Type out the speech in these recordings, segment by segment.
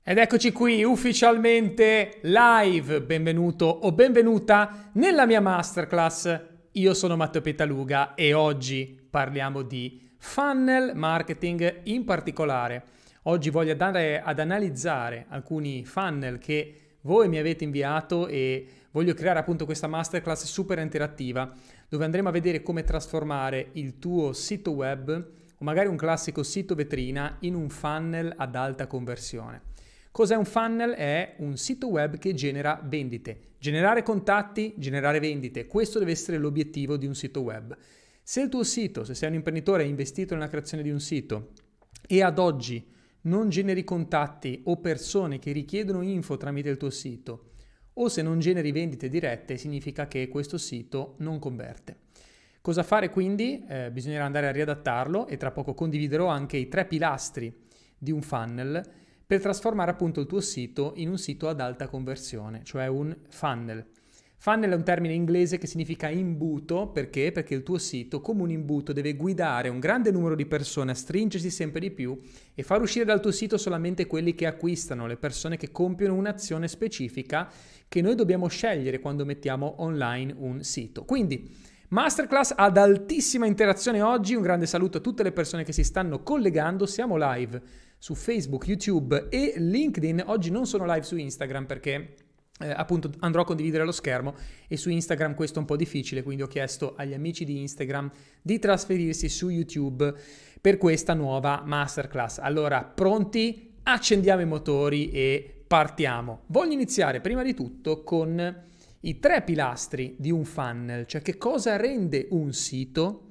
Ed eccoci qui ufficialmente live, benvenuto o benvenuta nella mia masterclass. Io sono Matteo Petaluga e oggi parliamo di funnel marketing in particolare. Oggi voglio andare ad analizzare alcuni funnel che voi mi avete inviato e voglio creare appunto questa masterclass super interattiva dove andremo a vedere come trasformare il tuo sito web o magari un classico sito vetrina in un funnel ad alta conversione. Cos'è un funnel? È un sito web che genera vendite. Generare contatti, generare vendite. Questo deve essere l'obiettivo di un sito web. Se il tuo sito, se sei un imprenditore e hai investito nella creazione di un sito e ad oggi non generi contatti o persone che richiedono info tramite il tuo sito, o se non generi vendite dirette, significa che questo sito non converte. Cosa fare quindi? Bisognerà andare a riadattarlo e tra poco condividerò anche i 3 pilastri di un funnel per trasformare appunto il tuo sito in un sito ad alta conversione, cioè un funnel. Funnel è un termine inglese che significa imbuto, perché? Perché il tuo sito, come un imbuto, deve guidare un grande numero di persone a stringersi sempre di più e far uscire dal tuo sito solamente quelli che acquistano, le persone che compiono un'azione specifica che noi dobbiamo scegliere quando mettiamo online un sito. Quindi, masterclass ad altissima interazione oggi, un grande saluto a tutte le persone che si stanno collegando, siamo live su Facebook, YouTube e LinkedIn. Oggi non sono live su Instagram perché appunto andrò a condividere lo schermo e su Instagram questo è un po' difficile, quindi ho chiesto agli amici di Instagram di trasferirsi su YouTube per questa nuova masterclass. Allora, pronti? Accendiamo i motori e partiamo. Voglio iniziare prima di tutto con i 3 pilastri di un funnel, cioè che cosa rende un sito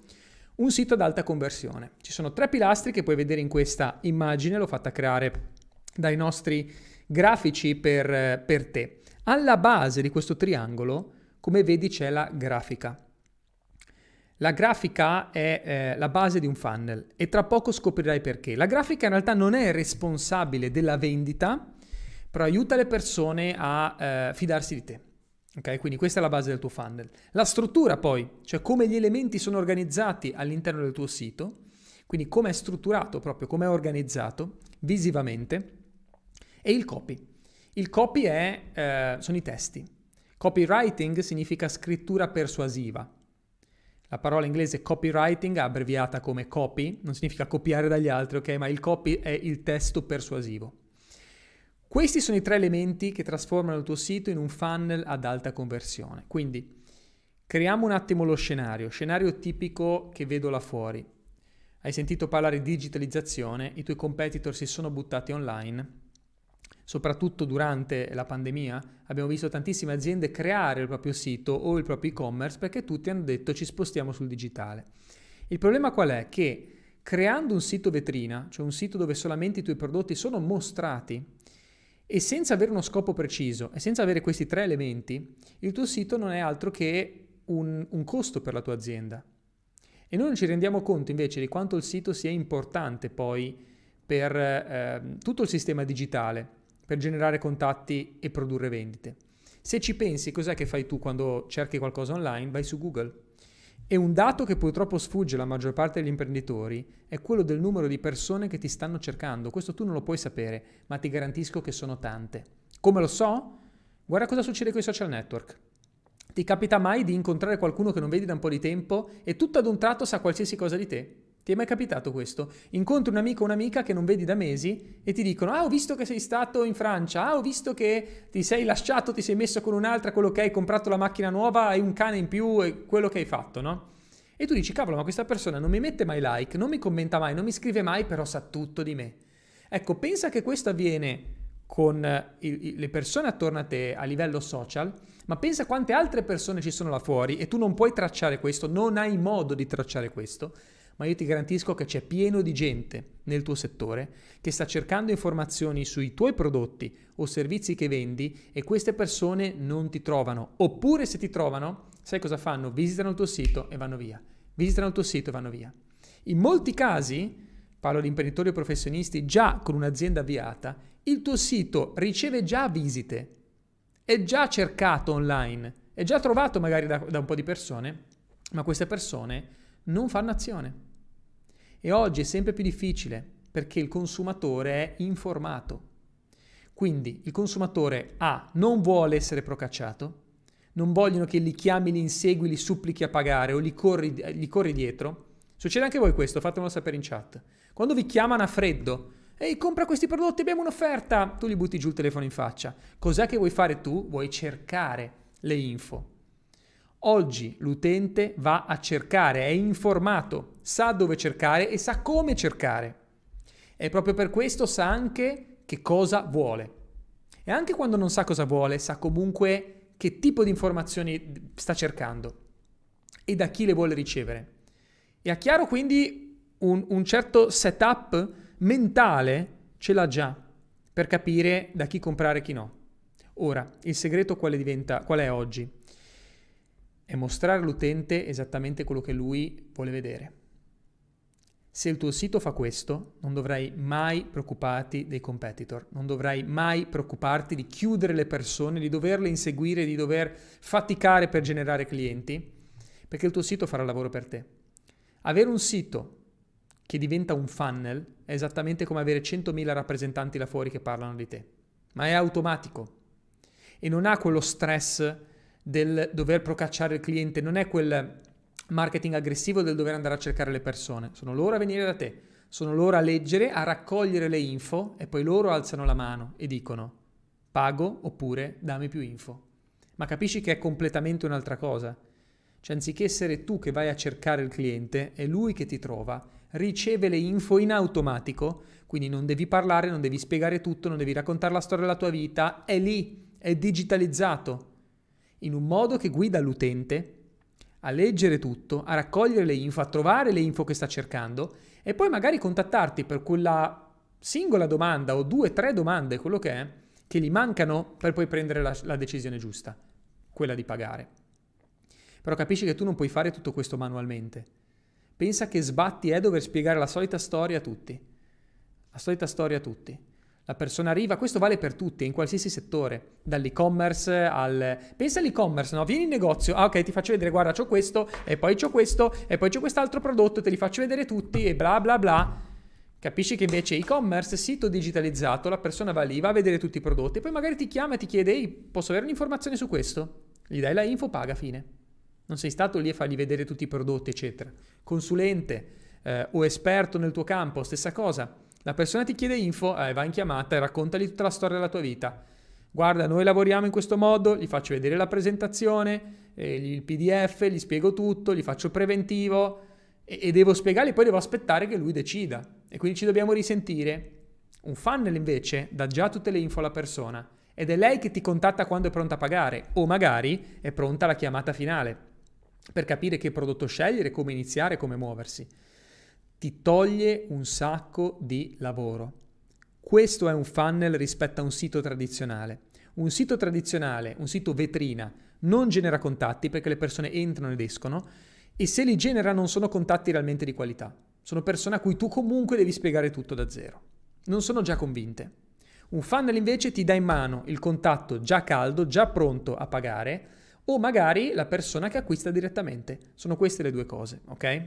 ad alta conversione. Ci sono 3 pilastri che puoi vedere in questa immagine, l'ho fatta creare dai nostri grafici per te. Alla base di questo triangolo, come vedi, c'è la grafica. La grafica è la base di un funnel e tra poco scoprirai perché. La grafica in realtà non è responsabile della vendita, però aiuta le persone a fidarsi di te. Ok, quindi questa è la base del tuo funnel. La struttura poi, cioè come gli elementi sono organizzati all'interno del tuo sito, quindi come è strutturato proprio, come è organizzato visivamente, e il copy. Il copy sono i testi. Copywriting significa scrittura persuasiva. La parola inglese copywriting, abbreviata come copy, non significa copiare dagli altri, ok? Ma il copy è il testo persuasivo. Questi sono i 3 elementi che trasformano il tuo sito in un funnel ad alta conversione. Quindi creiamo un attimo lo scenario tipico che vedo là fuori. Hai sentito parlare di digitalizzazione, i tuoi competitor si sono buttati online, soprattutto durante la pandemia abbiamo visto tantissime aziende creare il proprio sito o il proprio e-commerce perché tutti hanno detto ci spostiamo sul digitale. Il problema qual è? Che creando un sito vetrina, cioè un sito dove solamente i tuoi prodotti sono mostrati, e senza avere uno scopo preciso e senza avere questi 3 elementi, il tuo sito non è altro che un costo per la tua azienda. E noi non ci rendiamo conto invece di quanto il sito sia importante poi per tutto il sistema digitale, per generare contatti e produrre vendite. Se ci pensi, cos'è che fai tu quando cerchi qualcosa online? Vai su Google. E un dato che purtroppo sfugge alla maggior parte degli imprenditori è quello del numero di persone che ti stanno cercando. Questo tu non lo puoi sapere, ma ti garantisco che sono tante. Come lo so? Guarda cosa succede con i social network. Ti capita mai di incontrare qualcuno che non vedi da un po' di tempo e tutto ad un tratto sa qualsiasi cosa di te? Ti è mai capitato questo? Incontri un amico o un'amica che non vedi da mesi e ti dicono «Ah, ho visto che sei stato in Francia, ah, ho visto che ti sei lasciato, ti sei messo con un'altra, quello che hai comprato la macchina nuova, hai un cane in più e quello che hai fatto, no?» E tu dici «Cavolo, ma questa persona non mi mette mai like, non mi commenta mai, non mi scrive mai, però sa tutto di me». Ecco, pensa che questo avviene con le persone attorno a te a livello social, ma pensa quante altre persone ci sono là fuori e tu non puoi tracciare questo, non hai modo di tracciare questo, ma io ti garantisco che c'è pieno di gente nel tuo settore che sta cercando informazioni sui tuoi prodotti o servizi che vendi e queste persone non ti trovano. Oppure se ti trovano, sai cosa fanno? Visitano il tuo sito e vanno via. Visitano il tuo sito e vanno via. In molti casi, parlo di imprenditori o professionisti già con un'azienda avviata, il tuo sito riceve già visite, è già cercato online, è già trovato magari da un po' di persone, ma queste persone non fanno azione. E oggi è sempre più difficile perché il consumatore è informato. Quindi il consumatore non vuole essere procacciato, non vogliono che li chiami, li insegui, li supplichi a pagare o gli corri dietro. Succede anche a voi questo, fatemelo sapere in chat. Quando vi chiamano a freddo, ehi, compra questi prodotti, abbiamo un'offerta, tu gli butti giù il telefono in faccia. Cos'è che vuoi fare tu? Vuoi cercare le info. Oggi l'utente va a cercare, è informato, sa dove cercare e sa come cercare. E proprio per questo sa anche che cosa vuole. E anche quando non sa cosa vuole, sa comunque che tipo di informazioni sta cercando e da chi le vuole ricevere. E ha chiaro quindi un certo setup mentale ce l'ha già per capire da chi comprare e chi no. Ora, il segreto qual è oggi? È mostrare all'utente esattamente quello che lui vuole vedere. Se il tuo sito fa questo, non dovrai mai preoccuparti dei competitor, non dovrai mai preoccuparti di chiudere le persone, di doverle inseguire, di dover faticare per generare clienti, perché il tuo sito farà il lavoro per te. Avere un sito che diventa un funnel è esattamente come avere 100.000 rappresentanti là fuori che parlano di te, ma è automatico e non ha quello stress del dover procacciare il cliente, non è quel marketing aggressivo del dover andare a cercare le persone. Sono loro a venire da te, sono loro a leggere, a raccogliere le info e poi loro alzano la mano e dicono pago oppure dammi più info. Ma capisci che è completamente un'altra cosa. Cioè, anziché essere tu che vai a cercare il cliente, è lui che ti trova, riceve le info in automatico, quindi non devi parlare, non devi spiegare tutto, non devi raccontare la storia della tua vita, è lì, è digitalizzato, in un modo che guida l'utente a leggere tutto, a raccogliere le info, a trovare le info che sta cercando e poi magari contattarti per quella singola domanda o 2 o 3 domande, quello che è, che gli mancano per poi prendere la decisione giusta, quella di pagare. Però capisci che tu non puoi fare tutto questo manualmente. Pensa che sbatti è dover spiegare la solita storia a tutti. La solita storia a tutti. La persona arriva, questo vale per tutti, in qualsiasi settore, dall'e-commerce al... Pensa all'e-commerce, no? Vieni in negozio, ok, ti faccio vedere, guarda, c'ho questo, e poi c'ho questo, e poi c'ho quest'altro prodotto, te li faccio vedere tutti, e bla bla bla. Capisci che invece e-commerce, sito digitalizzato, la persona va lì, va a vedere tutti i prodotti, e poi magari ti chiama e ti chiede, ehi, posso avere un'informazione su questo? Gli dai la info, paga, fine. Non sei stato lì a fargli vedere tutti i prodotti, eccetera. Consulente o esperto nel tuo campo, stessa cosa. La persona ti chiede info, va in chiamata e raccontagli tutta la storia della tua vita. Guarda, noi lavoriamo in questo modo, gli faccio vedere la presentazione, il PDF, gli spiego tutto, gli faccio il preventivo e devo spiegargli, poi devo aspettare che lui decida. E quindi ci dobbiamo risentire. Un funnel invece dà già tutte le info alla persona ed è lei che ti contatta quando è pronta a pagare o magari è pronta la chiamata finale per capire che prodotto scegliere, come iniziare, come muoversi. Ti toglie un sacco di lavoro. Questo è un funnel rispetto a un sito tradizionale. Un sito tradizionale, un sito vetrina, non genera contatti perché le persone entrano ed escono e se li genera non sono contatti realmente di qualità. Sono persone a cui tu comunque devi spiegare tutto da zero. Non sono già convinte. Un funnel invece ti dà in mano il contatto già caldo, già pronto a pagare o magari la persona che acquista direttamente. Sono queste le due cose, ok?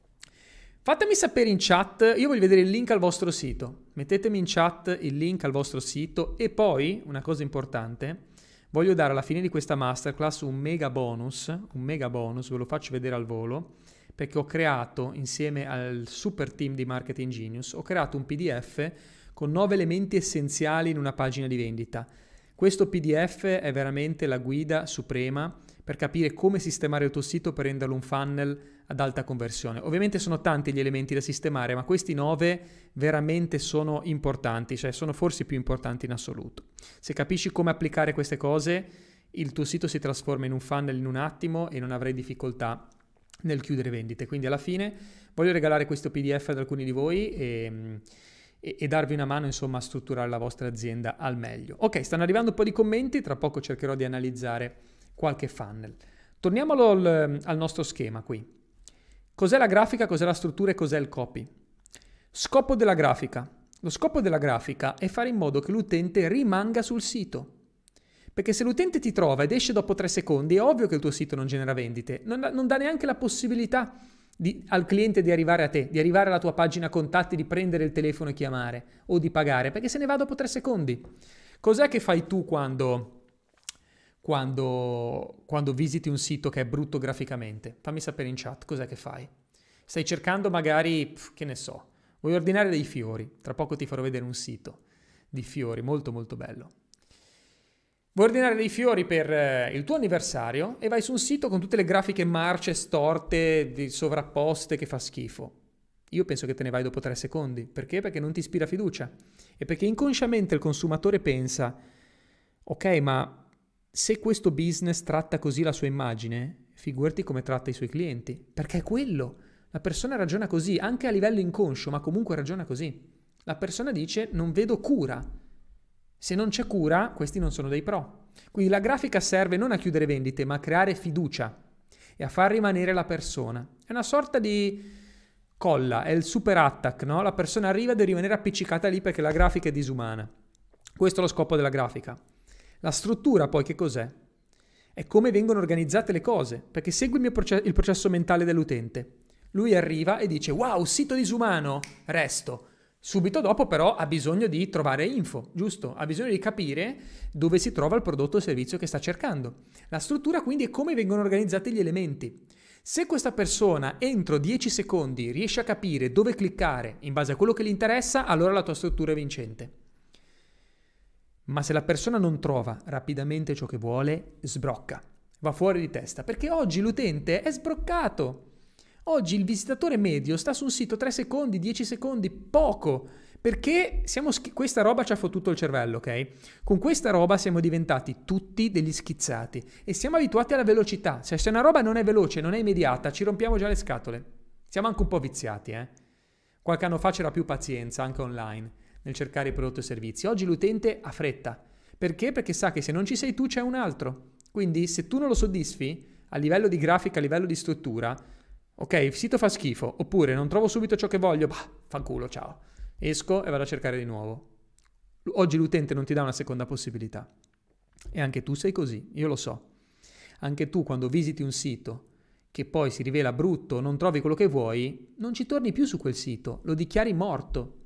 Fatemi sapere in chat, io voglio vedere il link al vostro sito, mettetemi in chat il link al vostro sito e poi, una cosa importante, voglio dare alla fine di questa masterclass un mega bonus, ve lo faccio vedere al volo, perché ho creato, insieme al super team di Marketing Genius, ho creato un PDF con 9 elementi essenziali in una pagina di vendita. Questo PDF è veramente la guida suprema per capire come sistemare il tuo sito per renderlo un funnel ad alta conversione. Ovviamente sono tanti gli elementi da sistemare, ma questi 9 veramente sono importanti, cioè sono forse più importanti in assoluto. Se capisci come applicare queste cose, il tuo sito si trasforma in un funnel in un attimo e non avrai difficoltà nel chiudere vendite. Quindi alla fine voglio regalare questo PDF ad alcuni di voi e darvi una mano insomma a strutturare la vostra azienda al meglio. Ok, stanno arrivando un po' di commenti, tra poco cercherò di analizzare qualche funnel. Torniamolo al nostro schema qui. Cos'è la grafica, cos'è la struttura e cos'è il copy? Scopo della grafica. Lo scopo della grafica è fare in modo che l'utente rimanga sul sito. Perché se l'utente ti trova ed esce dopo 3 secondi, è ovvio che il tuo sito non genera vendite, non dà neanche la possibilità al cliente di arrivare a te, di arrivare alla tua pagina contatti, di prendere il telefono e chiamare o di pagare, perché se ne va dopo 3 secondi. Cos'è che fai tu quando visiti un sito che è brutto graficamente? Fammi sapere in chat, cos'è che fai? Stai cercando magari, che ne so, vuoi ordinare dei fiori, tra poco ti farò vedere un sito di fiori molto molto bello. Vuoi ordinare dei fiori per il tuo anniversario e vai su un sito con tutte le grafiche marce, storte, sovrapposte, che fa schifo. Io penso che te ne vai dopo 3 secondi. Perché? Perché non ti ispira fiducia. E perché inconsciamente il consumatore pensa, ok, ma se questo business tratta così la sua immagine, figurati come tratta i suoi clienti. Perché è quello. La persona ragiona così, anche a livello inconscio, ma comunque ragiona così. La persona dice, non vedo cura. Se non c'è cura, questi non sono dei pro. Quindi la grafica serve non a chiudere vendite, ma a creare fiducia e a far rimanere la persona. È una sorta di colla, è il super attack, no? La persona arriva e deve rimanere appiccicata lì perché la grafica è disumana. Questo è lo scopo della grafica. La struttura poi che cos'è? È come vengono organizzate le cose, perché segui il processo mentale dell'utente. Lui arriva e dice, wow, sito disumano, resto. Subito dopo però ha bisogno di trovare info, giusto? Ha bisogno di capire dove si trova il prodotto o servizio che sta cercando. La struttura quindi è come vengono organizzati gli elementi. Se questa persona entro 10 secondi riesce a capire dove cliccare in base a quello che gli interessa, allora la tua struttura è vincente. Ma se la persona non trova rapidamente ciò che vuole, sbrocca, va fuori di testa, perché oggi l'utente è sbroccato. Oggi il visitatore medio sta su un sito 3 secondi, 10 secondi, poco, perché questa roba ci ha fottuto il cervello, ok? Con questa roba siamo diventati tutti degli schizzati e siamo abituati alla velocità. Se una roba non è veloce, non è immediata, ci rompiamo già le scatole. Siamo anche un po' viziati, eh? Qualche anno fa c'era più pazienza, anche online, nel cercare i prodotti e servizi. Oggi l'utente ha fretta. Perché? Perché sa che se non ci sei tu c'è un altro. Quindi se tu non lo soddisfi, a livello di grafica, a livello di struttura, ok, il sito fa schifo, oppure non trovo subito ciò che voglio, fanculo, ciao. Esco e vado a cercare di nuovo. Oggi l'utente non ti dà una seconda possibilità. E anche tu sei così, io lo so. Anche tu quando visiti un sito che poi si rivela brutto, non trovi quello che vuoi, non ci torni più su quel sito, lo dichiari morto.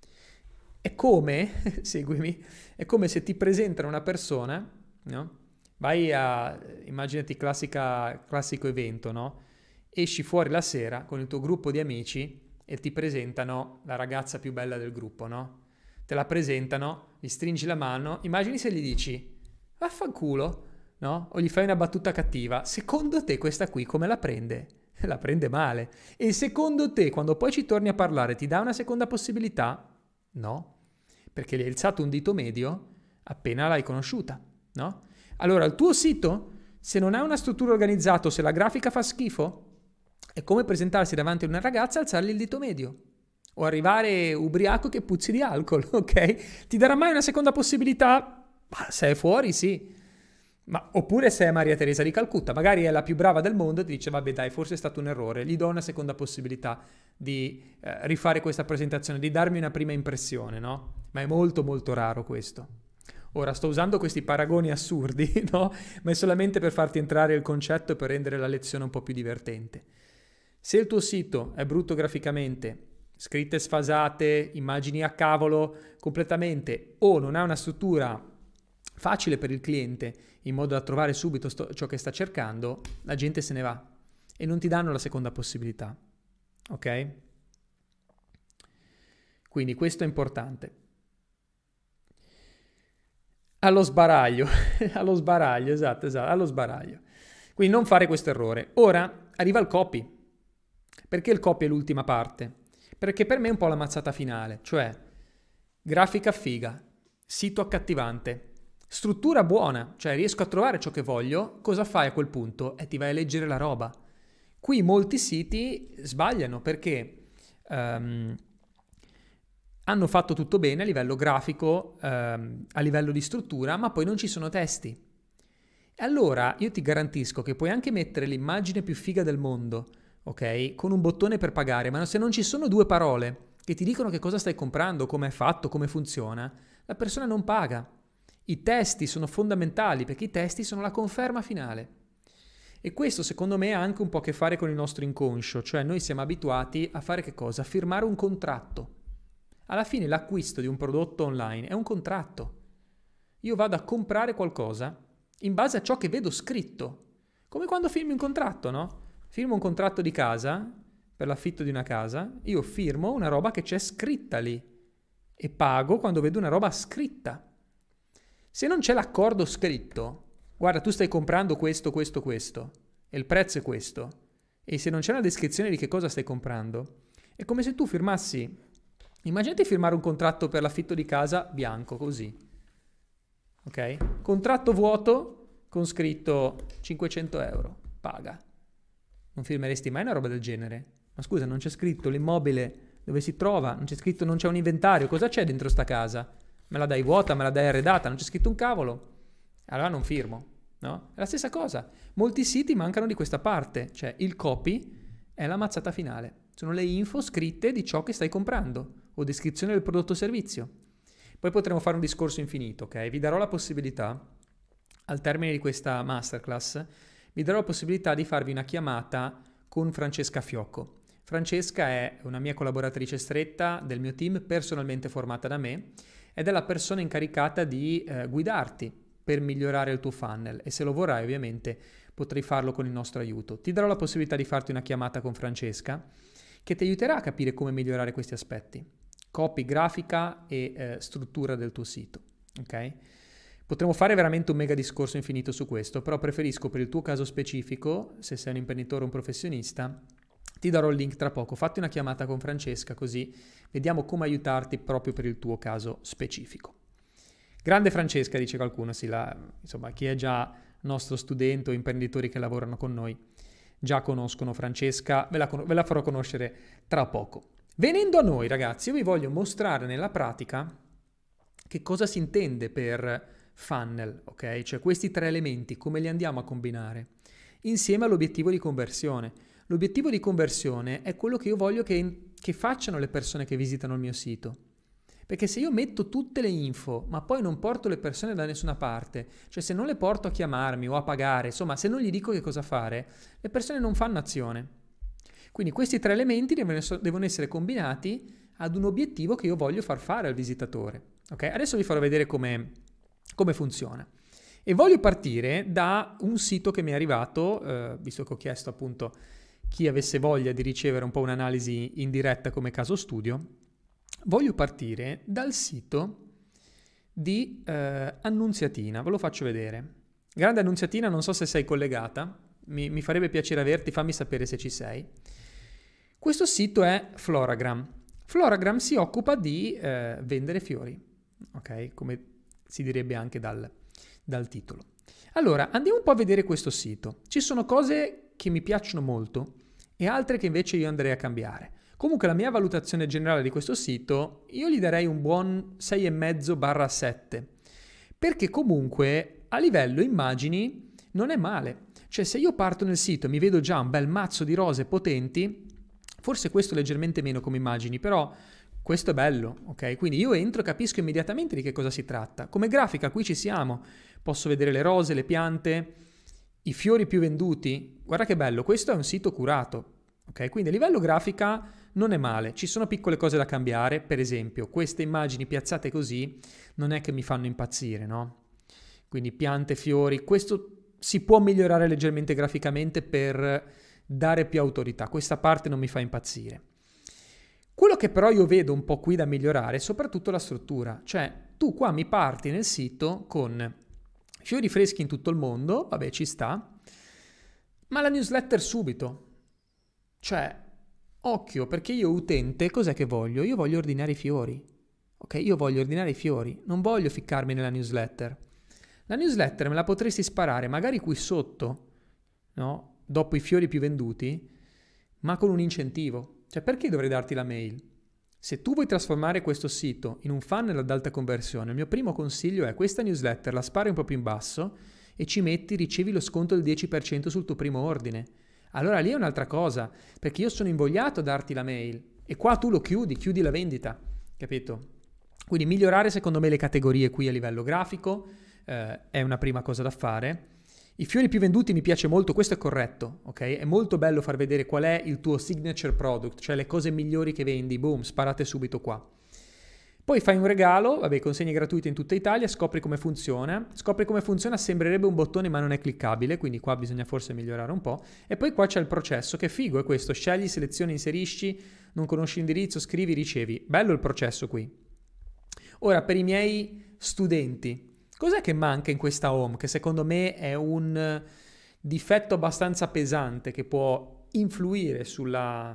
È come, seguimi, è come se ti presentano una persona, no? Immaginati classico evento, no? Esci fuori la sera con il tuo gruppo di amici e ti presentano la ragazza più bella del gruppo, no? Te la presentano, gli stringi la mano, immagini se gli dici vaffanculo, no? O gli fai una battuta cattiva. Secondo te questa qui come la prende? La prende male. E secondo te quando poi ci torni a parlare ti dà una seconda possibilità? No, perché gli hai alzato un dito medio appena l'hai conosciuta, no? Allora il tuo sito, se non ha una struttura organizzata, se la grafica fa schifo, è come presentarsi davanti a una ragazza e alzargli il dito medio. O arrivare ubriaco che puzzi di alcol, ok? Ti darà mai una seconda possibilità? Ma se è fuori, sì. Oppure se è Maria Teresa di Calcutta, magari è la più brava del mondo e ti dice, vabbè dai, forse è stato un errore, gli do una seconda possibilità di rifare questa presentazione, di darmi una prima impressione, no? Ma è molto molto raro questo. Ora, sto usando questi paragoni assurdi, no? Ma è solamente per farti entrare il concetto e per rendere la lezione un po' più divertente. Se il tuo sito è brutto graficamente, scritte sfasate, immagini a cavolo completamente, o non ha una struttura facile per il cliente in modo da trovare subito ciò che sta cercando, la gente se ne va e non ti danno la seconda possibilità. Ok? Quindi questo è importante. Allo sbaraglio, esatto, allo sbaraglio. Quindi non fare questo errore. Ora arriva il copy. Perché il copy è l'ultima parte? Perché per me è un po' la mazzata finale, cioè grafica figa, sito accattivante, struttura buona, cioè riesco a trovare ciò che voglio, cosa fai a quel punto? Ti vai a leggere la roba. Qui molti siti sbagliano perché hanno fatto tutto bene a livello grafico, a livello di struttura, ma poi non ci sono testi. E allora io ti garantisco che puoi anche mettere l'immagine più figa del mondo, ok? Con un bottone per pagare, ma se non ci sono 2 parole che ti dicono che cosa stai comprando, come è fatto, come funziona, la persona non paga. I testi sono fondamentali perché i testi sono la conferma finale. E questo secondo me ha anche un po' a che fare con il nostro inconscio, cioè noi siamo abituati a fare che cosa? A firmare un contratto. Alla fine l'acquisto di un prodotto online è un contratto. io vado a comprare qualcosa in base a ciò che vedo scritto. Come quando firmi un contratto, no? Firmo un contratto di casa, per l'affitto di una casa, io firmo una roba che c'è scritta lì e pago quando vedo una roba scritta. Se non c'è l'accordo scritto, guarda, tu stai comprando questo, questo, questo, e il prezzo è questo, e se non c'è una descrizione di che cosa stai comprando, è come se tu firmassi, immaginate firmare un contratto per l'affitto di casa bianco, così, ok? Contratto vuoto con scritto 500 euro, paga. Non firmeresti mai una roba del genere? Ma scusa, non c'è scritto l'immobile dove si trova, non c'è scritto, non c'è un inventario, cosa c'è dentro sta casa? Me la dai vuota, me la dai arredata, non c'è scritto un cavolo? Allora non firmo, no? È la stessa cosa. Molti siti mancano di questa parte, cioè il copy è la mazzata finale. Sono le info scritte di ciò che stai comprando o descrizione del prodotto o servizio. Poi potremo fare un discorso infinito, ok? Vi darò la possibilità, al termine di questa masterclass, vi darò la possibilità di farvi una chiamata con Francesca Fiocco. Francesca è una mia collaboratrice stretta del mio team, personalmente formata da me, ed è la persona incaricata di guidarti per migliorare il tuo funnel, e se lo vorrai ovviamente potrai farlo con il nostro aiuto. Ti darò la possibilità di farti una chiamata con Francesca che ti aiuterà a capire come migliorare questi aspetti, copy, grafica e struttura del tuo sito, ok? Potremmo fare veramente un mega discorso infinito su questo, però preferisco per il tuo caso specifico, se sei un imprenditore o un professionista, ti darò il link tra poco. Fatti una chiamata con Francesca così vediamo come aiutarti proprio per il tuo caso specifico. Grande Francesca, dice qualcuno, sì, insomma, chi è già nostro studente o imprenditori che lavorano con noi già conoscono Francesca, ve la farò conoscere tra poco. Venendo a noi, ragazzi, io vi voglio mostrare nella pratica che cosa si intende per funnel, ok? Cioè questi tre elementi, come li andiamo a combinare insieme all'obiettivo di conversione. L'obiettivo di conversione è quello che io voglio che facciano le persone che visitano il mio sito. Perché se io metto tutte le info, ma poi non porto le persone da nessuna parte, cioè se non le porto a chiamarmi o a pagare, insomma, se non gli dico che cosa fare, le persone non fanno azione. Quindi questi tre elementi devono essere combinati ad un obiettivo che io voglio far fare al visitatore. Ok? Adesso vi farò vedere come funziona. E voglio partire da un sito che mi è arrivato, visto che ho chiesto appunto chi avesse voglia di ricevere un po' un'analisi in diretta come caso studio. Voglio partire dal sito di Annunziatina, ve lo faccio vedere. Grande Annunziatina, non so se sei collegata, mi farebbe piacere averti, fammi sapere se ci sei. Questo sito è Floragram. Floragram si occupa di vendere fiori, ok? Come si direbbe anche dal titolo. Allora, andiamo un po' a vedere questo sito. Ci sono cose che mi piacciono molto e altre che invece io andrei a cambiare. Comunque la mia valutazione generale di questo sito, io gli darei un buon 6,5/7, perché comunque a livello immagini non è male. Cioè se io parto nel sito e mi vedo già un bel mazzo di rose potenti, forse questo leggermente meno come immagini, però questo è bello, ok? Quindi io entro e capisco immediatamente di che cosa si tratta. Come grafica qui ci siamo, posso vedere le rose, le piante, i fiori più venduti. Guarda che bello, questo è un sito curato, ok? Quindi a livello grafica non è male, ci sono piccole cose da cambiare, per esempio queste immagini piazzate così non è che mi fanno impazzire, no? Quindi piante, fiori, questo si può migliorare leggermente graficamente per dare più autorità, questa parte non mi fa impazzire. Quello che però io vedo un po' qui da migliorare è soprattutto la struttura, cioè tu qua mi parti nel sito con fiori freschi in tutto il mondo, vabbè ci sta, ma la newsletter subito, cioè occhio, perché io utente cos'è che voglio? Io voglio ordinare i fiori, ok? Io voglio ordinare i fiori, non voglio ficcarmi nella newsletter. La newsletter me la potresti sparare magari qui sotto, no? Dopo i fiori più venduti, ma con un incentivo. Cioè perché dovrei darti la mail? Se tu vuoi trasformare questo sito in un funnel ad alta conversione, il mio primo consiglio è questa newsletter, la spari un po' più in basso e ricevi lo sconto del 10% sul tuo primo ordine. Allora lì è un'altra cosa, perché io sono invogliato a darti la mail e qua tu lo chiudi la vendita, capito? Quindi migliorare secondo me le categorie qui a livello grafico è una prima cosa da fare. I fiori più venduti mi piace molto, questo è corretto, ok? È molto bello far vedere qual è il tuo signature product, cioè le cose migliori che vendi, boom, sparate subito qua. Poi fai un regalo, vabbè, consegne gratuite in tutta Italia, scopri come funziona. Scopri come funziona, sembrerebbe un bottone ma non è cliccabile, quindi qua bisogna forse migliorare un po'. E poi qua c'è il processo, che figo è questo, scegli, selezioni, inserisci, non conosci l'indirizzo, scrivi, ricevi. Bello il processo qui. Ora, per i miei studenti, cos'è che manca in questa home? Che secondo me è un difetto abbastanza pesante che può influire sulle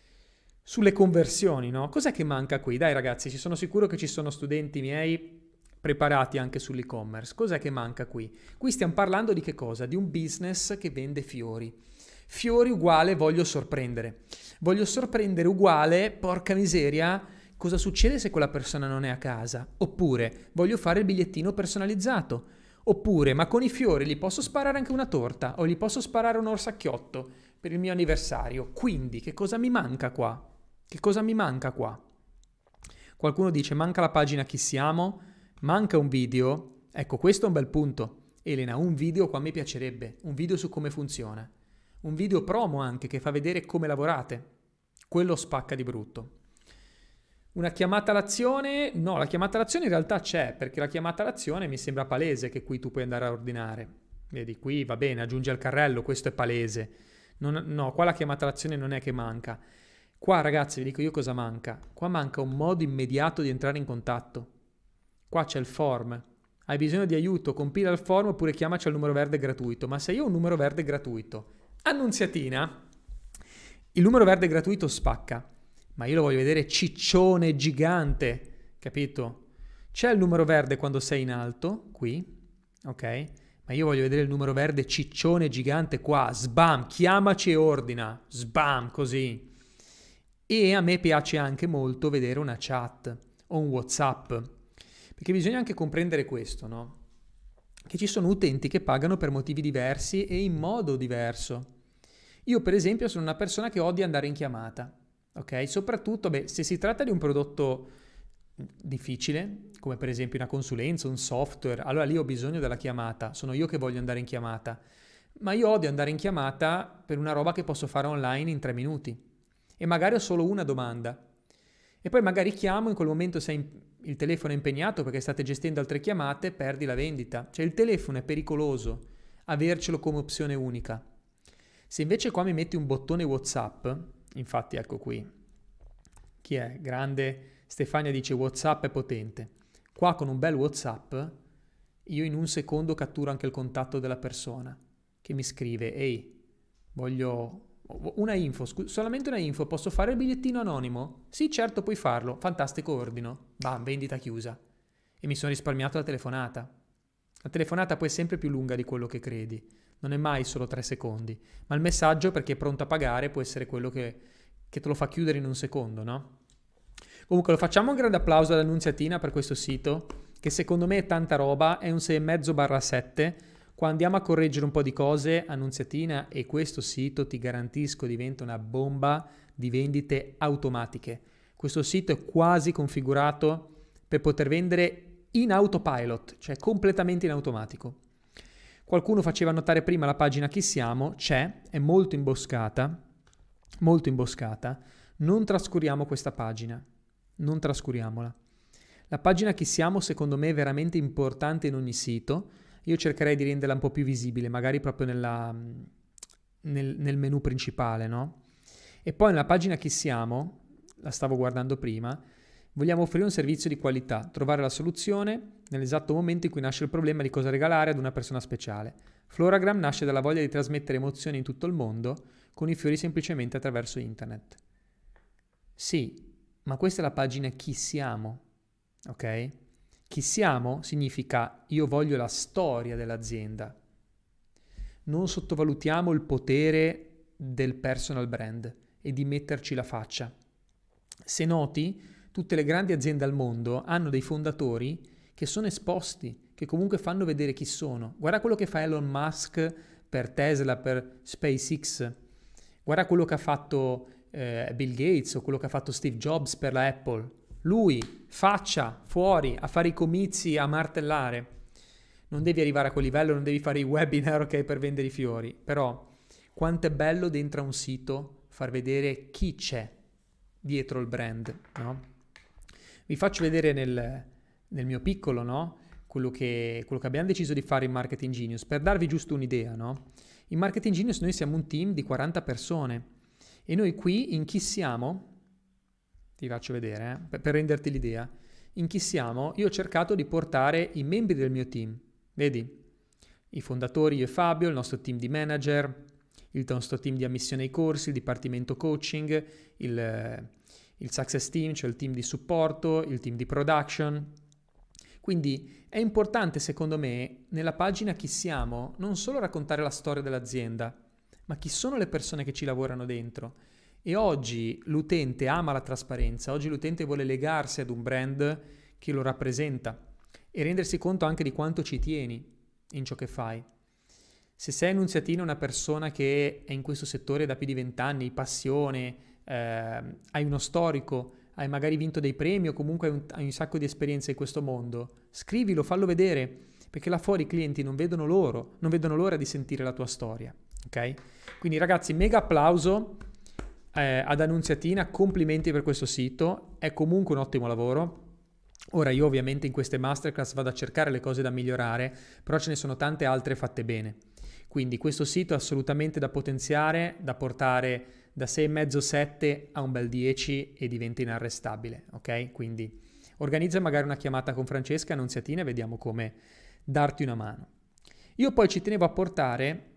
conversioni, no? Cos'è che manca qui? Dai ragazzi, ci sono sicuro che ci sono studenti miei preparati anche sull'e-commerce. Cos'è che manca qui? Qui stiamo parlando di che cosa? Di un business che vende fiori. Fiori uguale voglio sorprendere. Voglio sorprendere uguale, porca miseria, cosa succede se quella persona non è a casa? Oppure voglio fare il bigliettino personalizzato. Oppure, ma con i fiori gli posso sparare anche una torta o gli posso sparare un orsacchiotto per il mio anniversario. Quindi, che cosa mi manca qua? Che cosa mi manca qua? Qualcuno dice, manca la pagina Chi siamo? Manca un video? Ecco, questo è un bel punto. Elena, un video qua mi piacerebbe. Un video su come funziona. Un video promo anche che fa vedere come lavorate. Quello spacca di brutto. Una chiamata all'azione? No, la chiamata all'azione in realtà c'è, perché la chiamata all'azione mi sembra palese che qui tu puoi andare a ordinare. Vedi, qui va bene, aggiungi al carrello, questo è palese. No, qua la chiamata all'azione non è che manca. Qua ragazzi, vi dico io cosa manca. Qua manca un modo immediato di entrare in contatto. Qua c'è il form. Hai bisogno di aiuto, compila il form oppure chiamaci al numero verde gratuito. Ma se io ho un numero verde gratuito, Annunziatina, il numero verde gratuito spacca. Ma io lo voglio vedere ciccione gigante, capito? C'è il numero verde quando sei in alto, qui, ok? Ma io voglio vedere il numero verde ciccione gigante qua, sbam, chiamaci e ordina, sbam, così. E a me piace anche molto vedere una chat o un WhatsApp, perché bisogna anche comprendere questo, no? Che ci sono utenti che pagano per motivi diversi e in modo diverso. Io per esempio sono una persona che odia andare in chiamata. Ok, soprattutto se si tratta di un prodotto difficile, come per esempio una consulenza, un software, allora lì ho bisogno della chiamata, sono io che voglio andare in chiamata, ma io odio andare in chiamata per una roba che posso fare online in 3 minuti e magari ho solo una domanda e poi magari chiamo, in quel momento il telefono è impegnato perché state gestendo altre chiamate, perdi la vendita. Cioè il telefono è pericoloso avercelo come opzione unica. Se invece qua mi metti un bottone WhatsApp, infatti ecco qui, chi è? Grande Stefania dice WhatsApp è potente. Qua con un bel WhatsApp io in un secondo catturo anche il contatto della persona che mi scrive, ehi, voglio una info, solamente una info, posso fare il bigliettino anonimo? Sì, certo, puoi farlo, fantastico, ordino, bam, vendita chiusa. E mi sono risparmiato la telefonata. La telefonata poi è sempre più lunga di quello che credi. Non è mai solo 3 secondi, ma il messaggio, perché è pronto a pagare, può essere quello che te lo fa chiudere in un secondo, no? Comunque lo facciamo un grande applauso ad Annunziatina per questo sito, che secondo me è tanta roba, è un 6,5/7. Qua andiamo a correggere un po' di cose, Annunziatina, e questo sito, ti garantisco, diventa una bomba di vendite automatiche. Questo sito è quasi configurato per poter vendere in autopilot, cioè completamente in automatico. Qualcuno faceva notare prima la pagina Chi siamo, c'è, è molto imboscata, non trascuriamo questa pagina, non trascuriamola. La pagina Chi siamo secondo me è veramente importante in ogni sito, io cercherei di renderla un po' più visibile, magari proprio nel menu principale, no? E poi nella pagina Chi siamo, la stavo guardando prima, vogliamo offrire un servizio di qualità, trovare la soluzione nell'esatto momento in cui nasce il problema di cosa regalare ad una persona speciale. Floragram nasce dalla voglia di trasmettere emozioni in tutto il mondo con i fiori semplicemente attraverso internet. Sì, ma questa è la pagina Chi siamo, ok? Chi siamo significa io voglio la storia dell'azienda. Non sottovalutiamo il potere del personal brand e di metterci la faccia. Se noti, tutte le grandi aziende al mondo hanno dei fondatori che sono esposti, che comunque fanno vedere chi sono. Guarda quello che fa Elon Musk per Tesla, per SpaceX. Guarda quello che ha fatto Bill Gates o quello che ha fatto Steve Jobs per la Apple. Lui, faccia, fuori, a fare i comizi, a martellare. Non devi arrivare a quel livello, non devi fare i webinar, ok, per vendere i fiori. Però, quanto è bello dentro a un sito far vedere chi c'è dietro il brand, no? Vi faccio vedere nel mio piccolo, no? Quello che abbiamo deciso di fare in Marketing Genius, per darvi giusto un'idea, no? In Marketing Genius noi siamo un team di 40 persone e noi qui in chi siamo, ti faccio vedere, per renderti l'idea, in chi siamo, io ho cercato di portare i membri del mio team, vedi? I fondatori, io e Fabio, il nostro team di manager, il nostro team di ammissione ai corsi, il dipartimento coaching, il success team, cioè il team di supporto, il team di production. Quindi è importante, secondo me, nella pagina chi siamo, non solo raccontare la storia dell'azienda, ma chi sono le persone che ci lavorano dentro. E oggi l'utente ama la trasparenza, oggi l'utente vuole legarsi ad un brand che lo rappresenta e rendersi conto anche di quanto ci tieni in ciò che fai. Se sei Annunziatina, una persona che è in questo settore da più di 20 anni, passione, hai uno storico, hai magari vinto dei premi o comunque hai un sacco di esperienza in questo mondo, scrivilo, fallo vedere, perché là fuori i clienti non vedono l'ora di sentire la tua storia, ok? Quindi ragazzi, mega applauso ad Annunziatina, complimenti per questo sito, è comunque un ottimo lavoro. Ora io ovviamente in queste masterclass vado a cercare le cose da migliorare, però ce ne sono tante altre fatte bene. Quindi questo sito è assolutamente da potenziare, da portare da 6,5-7 a un bel 10 e diventa inarrestabile, ok? Quindi organizza magari una chiamata con Francesca Annunziatina e vediamo come darti una mano. Io poi ci tenevo a portare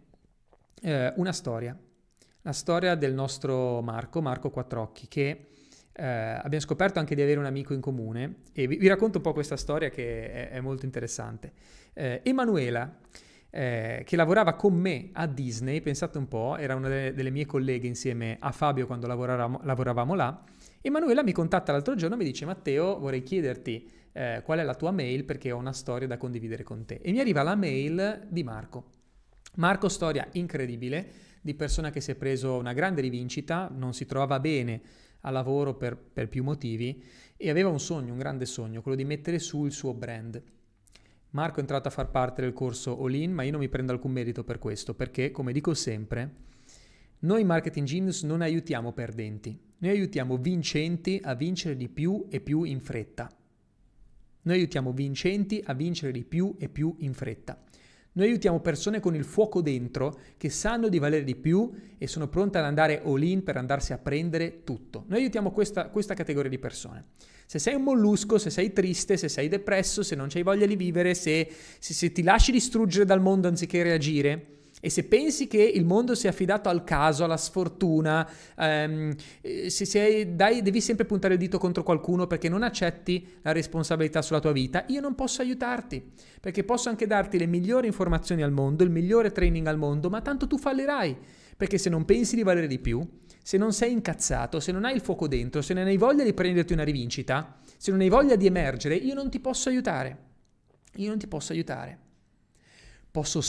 una storia, la storia del nostro Marco Quattrocchi, che abbiamo scoperto anche di avere un amico in comune e vi racconto un po' questa storia che è molto interessante. Emanuela, che lavorava con me a Disney, pensate un po', era una delle mie colleghe insieme a Fabio quando lavoravamo là. Emanuela mi contatta l'altro giorno e mi dice: Matteo, vorrei chiederti qual è la tua mail perché ho una storia da condividere con te. E mi arriva la mail di Marco. Marco, storia incredibile, di persona che si è preso una grande rivincita, non si trovava bene a lavoro per più motivi e aveva un sogno, un grande sogno, quello di mettere su il suo brand. Marco è entrato a far parte del corso All In, ma io non mi prendo alcun merito per questo, perché, come dico sempre, noi in Marketing Genius non aiutiamo perdenti, noi aiutiamo vincenti a vincere di più e più in fretta. Noi aiutiamo vincenti a vincere di più e più in fretta. Noi aiutiamo persone con il fuoco dentro che sanno di valere di più e sono pronte ad andare all in per andarsi a prendere tutto. Noi aiutiamo questa categoria di persone. Se sei un mollusco, se sei triste, se sei depresso, se non c'hai voglia di vivere, se ti lasci distruggere dal mondo anziché reagire e se pensi che il mondo sia affidato al caso, alla sfortuna, devi sempre puntare il dito contro qualcuno perché non accetti la responsabilità sulla tua vita, io non posso aiutarti, perché posso anche darti le migliori informazioni al mondo, il migliore training al mondo, ma tanto tu fallirai, perché se non pensi di valere di più, se non sei incazzato, se non hai il fuoco dentro, se non hai voglia di prenderti una rivincita, se non hai voglia di emergere, io non ti posso aiutare. Io non ti posso aiutare. Posso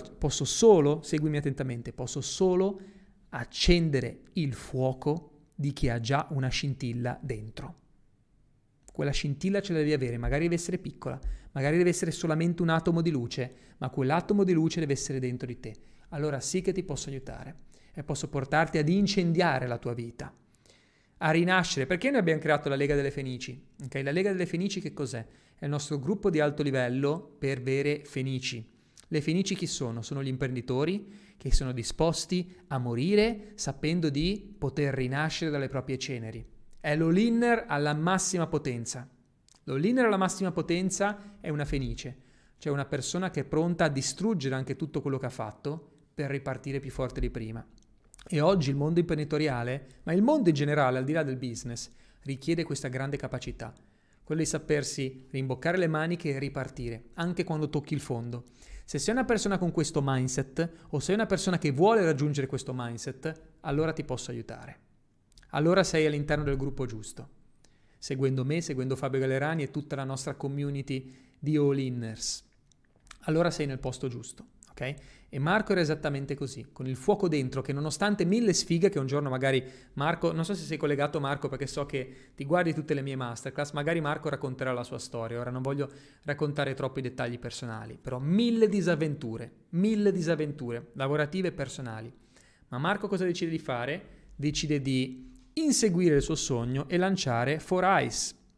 solo, seguimi attentamente, posso solo accendere il fuoco di chi ha già una scintilla dentro. Quella scintilla ce la devi avere, magari deve essere piccola, magari deve essere solamente un atomo di luce, ma quell'atomo di luce deve essere dentro di te. Allora sì che ti posso aiutare e posso portarti ad incendiare la tua vita, a rinascere. Perché noi abbiamo creato la Lega delle Fenici? Okay? La Lega delle Fenici che cos'è? È il nostro gruppo di alto livello per vere fenici. Le fenici chi sono? Sono gli imprenditori che sono disposti a morire sapendo di poter rinascere dalle proprie ceneri. È l'all-inner alla massima potenza. L'all-inner alla massima potenza è una fenice, cioè una persona che è pronta a distruggere anche tutto quello che ha fatto per ripartire più forte di prima. E oggi il mondo imprenditoriale, ma il mondo in generale, al di là del business, richiede questa grande capacità, quello di sapersi rimboccare le maniche e ripartire, anche quando tocchi il fondo. Se sei una persona con questo mindset o sei una persona che vuole raggiungere questo mindset, allora ti posso aiutare. Allora sei all'interno del gruppo giusto. Seguendo me, seguendo Fabio Gallerani e tutta la nostra community di all-inners. Allora sei nel posto giusto, ok? E Marco era esattamente così, con il fuoco dentro, che nonostante mille sfighe, che un giorno magari Marco, non so se sei collegato Marco perché so che ti guardi tutte le mie masterclass, magari Marco racconterà la sua storia, ora non voglio raccontare troppi dettagli personali, però mille disavventure, lavorative e personali. Ma Marco cosa decide di fare? Decide di inseguire il suo sogno e lanciare 4Eyes.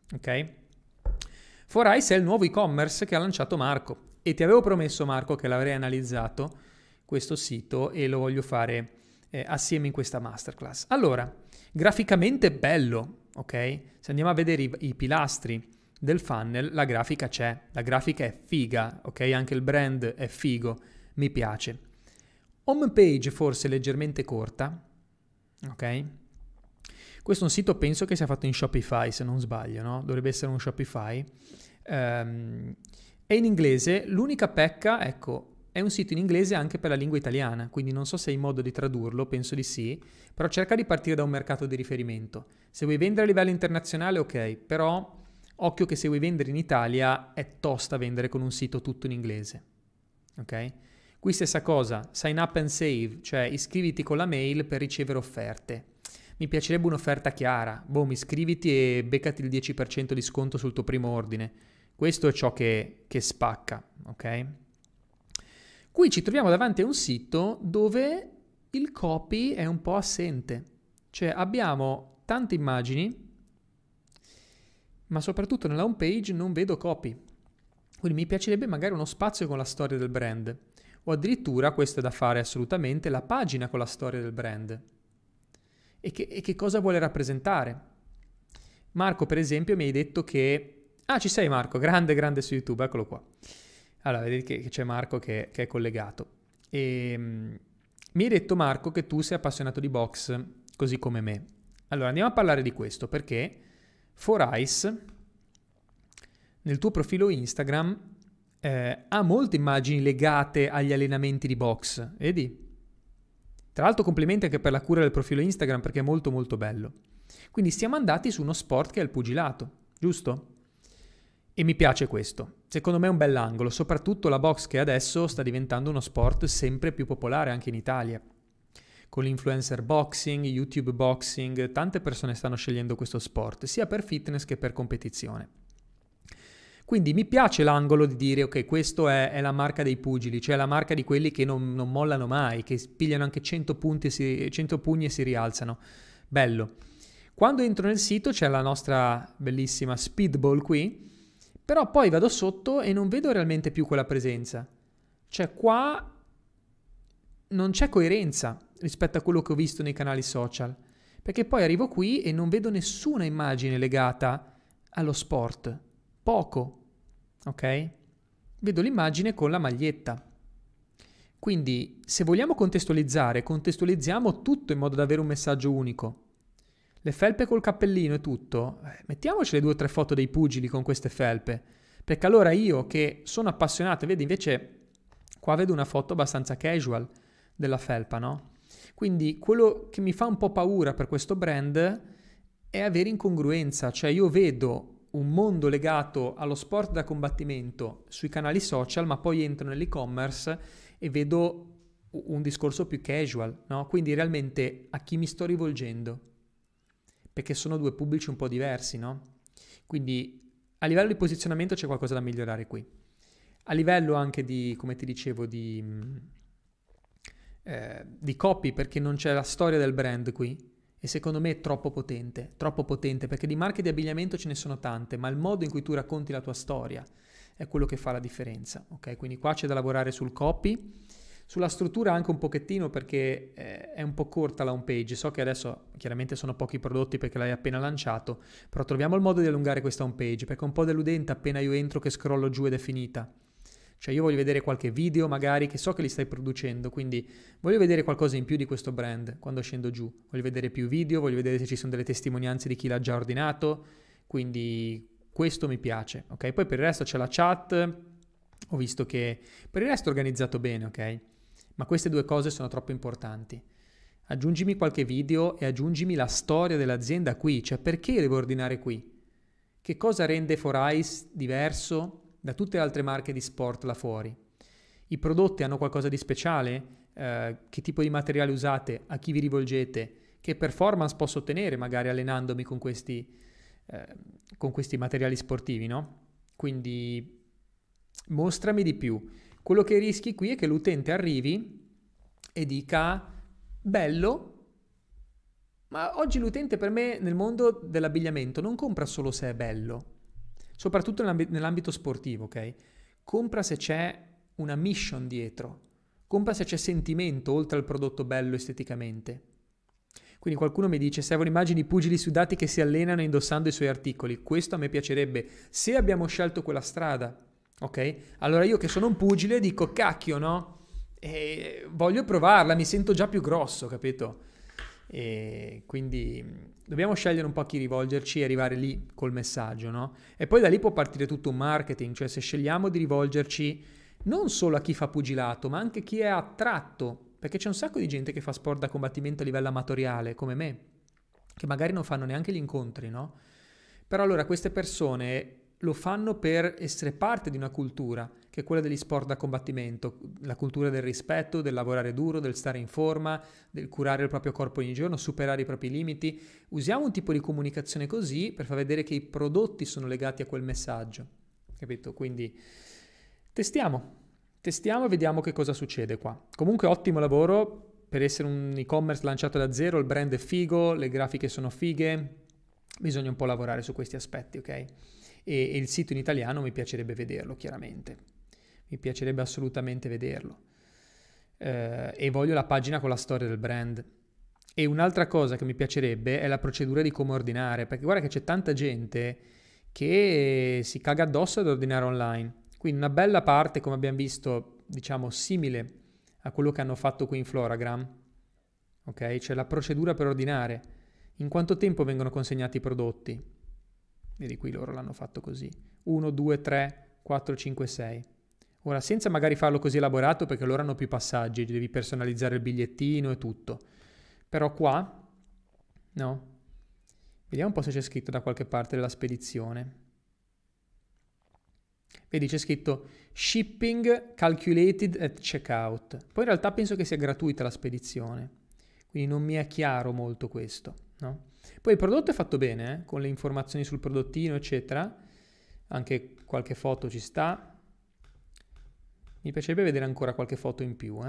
ok? 4Ice è il nuovo e-commerce che ha lanciato Marco e ti avevo promesso, Marco, che l'avrei analizzato questo sito e lo voglio fare assieme in questa masterclass. Allora, graficamente bello, ok? Se andiamo a vedere i pilastri del funnel, la grafica c'è, la grafica è figa, ok? Anche il brand è figo, mi piace. Home page forse leggermente corta, ok? Questo è un sito, penso che sia fatto in Shopify, se non sbaglio, no? Dovrebbe essere un Shopify. È in inglese, l'unica pecca, ecco, è un sito in inglese anche per la lingua italiana, quindi non so se hai modo di tradurlo, penso di sì, però cerca di partire da un mercato di riferimento. Se vuoi vendere a livello internazionale, ok, però occhio che se vuoi vendere in Italia è tosta vendere con un sito tutto in inglese, ok? Qui stessa cosa, sign up and save, cioè iscriviti con la mail per ricevere offerte. Mi piacerebbe un'offerta chiara, boh, iscriviti e beccati il 10% di sconto sul tuo primo ordine. Questo è ciò che spacca, ok? Qui ci troviamo davanti a un sito dove il copy è un po' assente. Cioè abbiamo tante immagini, ma soprattutto nella home page non vedo copy. Quindi mi piacerebbe magari uno spazio con la storia del brand. O addirittura, questo è da fare assolutamente, la pagina con la storia del brand. E che cosa vuole rappresentare? Marco, per esempio, mi hai detto che... Ah, ci sei Marco, grande su YouTube, eccolo qua. Allora, vedi che c'è Marco che è collegato. Mi hai detto, Marco, che tu sei appassionato di box, così come me. Allora, andiamo a parlare di questo, perché 4Ice, nel tuo profilo Instagram, ha molte immagini legate agli allenamenti di box, vedi? Tra l'altro complimenti anche per la cura del profilo Instagram, perché è molto molto bello. Quindi siamo andati su uno sport che è il pugilato, giusto? E mi piace questo. Secondo me è un bell'angolo, soprattutto la box che adesso sta diventando uno sport sempre più popolare anche in Italia. Con l'influencer boxing, YouTube boxing, tante persone stanno scegliendo questo sport, sia per fitness che per competizione. Quindi mi piace l'angolo di dire, ok, questo è la marca dei pugili, cioè la marca di quelli che non mollano mai, che pigliano anche 100 pugni e si rialzano. Bello. Quando entro nel sito c'è la nostra bellissima Speedball qui, però poi vado sotto e non vedo realmente più quella presenza. Cioè qua non c'è coerenza rispetto a quello che ho visto nei canali social, perché poi arrivo qui e non vedo nessuna immagine legata allo sport. Poco. Ok? Vedo l'immagine con la maglietta. Quindi, se vogliamo contestualizzare, contestualizziamo tutto in modo da avere un messaggio unico. Le felpe col cappellino e tutto, mettiamoci le 2 o 3 foto dei pugili con queste felpe, perché allora io che sono appassionato, vedi invece qua vedo una foto abbastanza casual della felpa, no? Quindi quello che mi fa un po' paura per questo brand è avere incongruenza, cioè io vedo un mondo legato allo sport da combattimento sui canali social, ma poi entro nell'e-commerce e vedo un discorso più casual, no? Quindi realmente a chi mi sto rivolgendo? Perché sono 2 pubblici un po' diversi, no? Quindi a livello di posizionamento c'è qualcosa da migliorare qui. A livello anche di, come ti dicevo, di copy, perché non c'è la storia del brand qui. E secondo me è troppo potente, perché di marche di abbigliamento ce ne sono tante, ma il modo in cui tu racconti la tua storia è quello che fa la differenza, ok? Quindi qua c'è da lavorare sul copy, sulla struttura anche un pochettino, perché è un po' corta la home page. So che adesso chiaramente sono pochi prodotti perché l'hai appena lanciato, però troviamo il modo di allungare questa home page, perché è un po' deludente appena io entro che scrollo giù ed è finita. Cioè io voglio vedere qualche video magari, che so che li stai producendo, quindi voglio vedere qualcosa in più di questo brand quando scendo giù. Voglio vedere più video, voglio vedere se ci sono delle testimonianze di chi l'ha già ordinato, quindi questo mi piace, ok? Poi per il resto c'è la chat, ho visto che per il resto è organizzato bene, ok? Ma queste 2 cose sono troppo importanti. Aggiungimi qualche video e aggiungimi la storia dell'azienda qui, cioè perché devo ordinare qui? Che cosa rende 4Ice diverso da tutte le altre marche di sport là fuori? I prodotti hanno qualcosa di speciale? Che tipo di materiale usate? A chi vi rivolgete? Che performance posso ottenere magari allenandomi con questi materiali sportivi, no? Quindi mostrami di più. Quello che rischi qui è che l'utente arrivi e dica bello, Ma oggi l'utente per me nel mondo dell'abbigliamento non compra solo se è bello, soprattutto nell'ambito sportivo, ok? Compra se c'è una mission dietro, compra se c'è sentimento oltre al prodotto bello esteticamente. Quindi qualcuno mi dice, servono immagini di pugili sudati che si allenano indossando i suoi articoli. Questo a me piacerebbe, se abbiamo scelto quella strada, ok? Allora io che sono un pugile dico, cacchio, no? E voglio provarla, mi sento già più grosso, capito? E quindi dobbiamo scegliere un po' a chi rivolgerci e arrivare lì col messaggio, no? E poi da lì può partire tutto un marketing, cioè se scegliamo di rivolgerci non solo a chi fa pugilato, ma anche a chi è attratto, perché c'è un sacco di gente che fa sport da combattimento a livello amatoriale, come me, che magari non fanno neanche gli incontri, no? Però allora queste persone lo fanno per essere parte di una cultura, che è quella degli sport da combattimento, la cultura del rispetto, del lavorare duro, del stare in forma, del curare il proprio corpo ogni giorno, superare i propri limiti. Usiamo un tipo di comunicazione così per far vedere che i prodotti sono legati a quel messaggio, capito? Quindi testiamo e vediamo che cosa succede qua. Comunque ottimo lavoro per essere un e-commerce lanciato da zero, il brand è figo, le grafiche sono fighe, bisogna un po' lavorare su questi aspetti, ok? E il sito in italiano mi piacerebbe vederlo, chiaramente. Mi piacerebbe assolutamente vederlo. E voglio la pagina con la storia del brand. E un'altra cosa che mi piacerebbe è la procedura di come ordinare, perché guarda che c'è tanta gente che si caga addosso ad ordinare online. Quindi una bella parte, come abbiamo visto, diciamo simile a quello che hanno fatto qui in Floragram, ok? C'è la procedura per ordinare. In quanto tempo vengono consegnati i prodotti? Vedi qui loro l'hanno fatto così. 1, 2, 3, 4, 5, 6. Ora, senza magari farlo così elaborato, perché loro hanno più passaggi, devi personalizzare il bigliettino e tutto. Però qua, no? Vediamo un po' se c'è scritto da qualche parte della spedizione. Vedi, c'è scritto shipping calculated at checkout. Poi in realtà penso che sia gratuita la spedizione. Quindi non mi è chiaro molto questo, no? Poi il prodotto è fatto bene, con le informazioni sul prodottino, eccetera. Anche qualche foto ci sta. Mi piacerebbe vedere ancora qualche foto in più,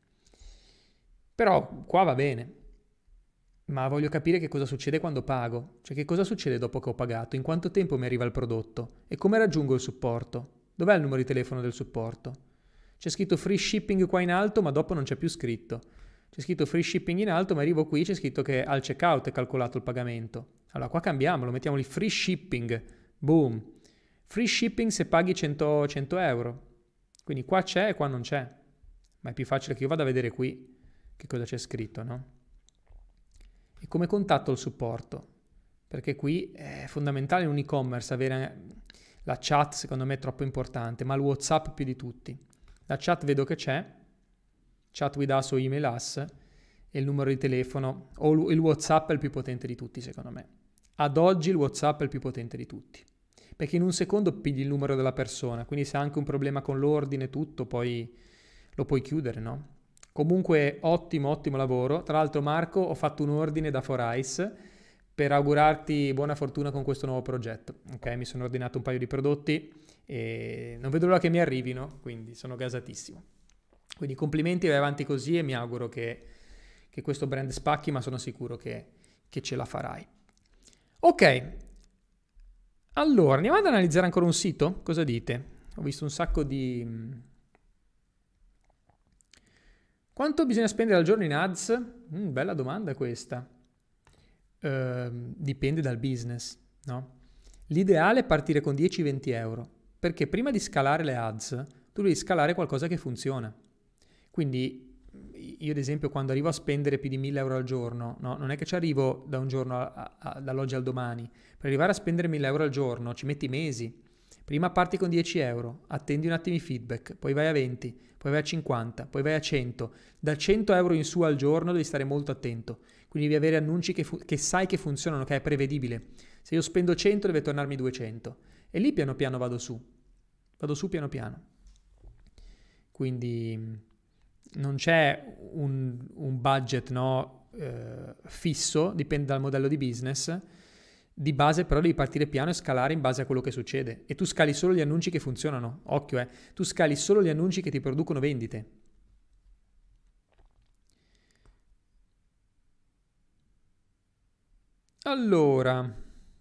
Però qua va bene. Ma voglio capire che cosa succede quando pago. Cioè che cosa succede dopo che ho pagato, in quanto tempo mi arriva il prodotto e come raggiungo il supporto. Dov'è il numero di telefono del supporto? C'è scritto free shipping qua in alto, ma dopo non c'è più scritto. C'è scritto free shipping in alto, ma arrivo qui, c'è scritto che al checkout è calcolato il pagamento. Allora qua cambiamolo, mettiamo lì free shipping. Boom. Free shipping se paghi 100 euro. Quindi qua c'è e qua non c'è. Ma è più facile che io vada a vedere qui che cosa c'è scritto, no? E come contatto il supporto? Perché qui è fondamentale in un e-commerce avere la chat, secondo me è troppo importante, ma il WhatsApp più di tutti. La chat vedo che c'è, chat with us o email us, e il numero di telefono, o il WhatsApp è il più potente di tutti, secondo me. Ad oggi il WhatsApp è il più potente di tutti, perché in un secondo pigli il numero della persona, quindi se hai anche un problema con l'ordine e tutto, poi lo puoi chiudere, no? Comunque ottimo lavoro. Tra l'altro Marco, ho fatto un ordine da 4Ice per augurarti buona fortuna con questo nuovo progetto. Ok, mi sono ordinato un paio di prodotti e non vedo l'ora che mi arrivino, quindi sono gasatissimo. Quindi complimenti, vai avanti così e mi auguro che questo brand spacchi, ma sono sicuro che ce la farai. Ok, allora andiamo ad analizzare ancora un sito? Cosa dite? Ho visto un sacco di... Quanto bisogna spendere al giorno in ads? Bella domanda questa. Dipende dal business, no? L'ideale è partire con 10-20 euro, perché prima di scalare le ads, tu devi scalare qualcosa che funziona. Quindi io ad esempio quando arrivo a spendere più di 1.000 euro al giorno, no? Non è che ci arrivo da un giorno dall'oggi al domani. Per arrivare a spendere 1.000 euro al giorno ci metti mesi. Prima parti con 10 euro, attendi un attimo i feedback, poi vai a 20, poi vai a 50, poi vai a 100. Da 100 euro in su al giorno devi stare molto attento. Quindi devi avere annunci che sai che funzionano, che è prevedibile. Se io spendo 100 deve tornarmi 200. E lì piano piano vado su. Vado su piano piano. Quindi non c'è un budget, no, fisso, dipende dal modello di business. Di base però devi partire piano e scalare in base a quello che succede. E tu scali solo gli annunci che funzionano. Occhio, tu scali solo gli annunci che ti producono vendite. Allora,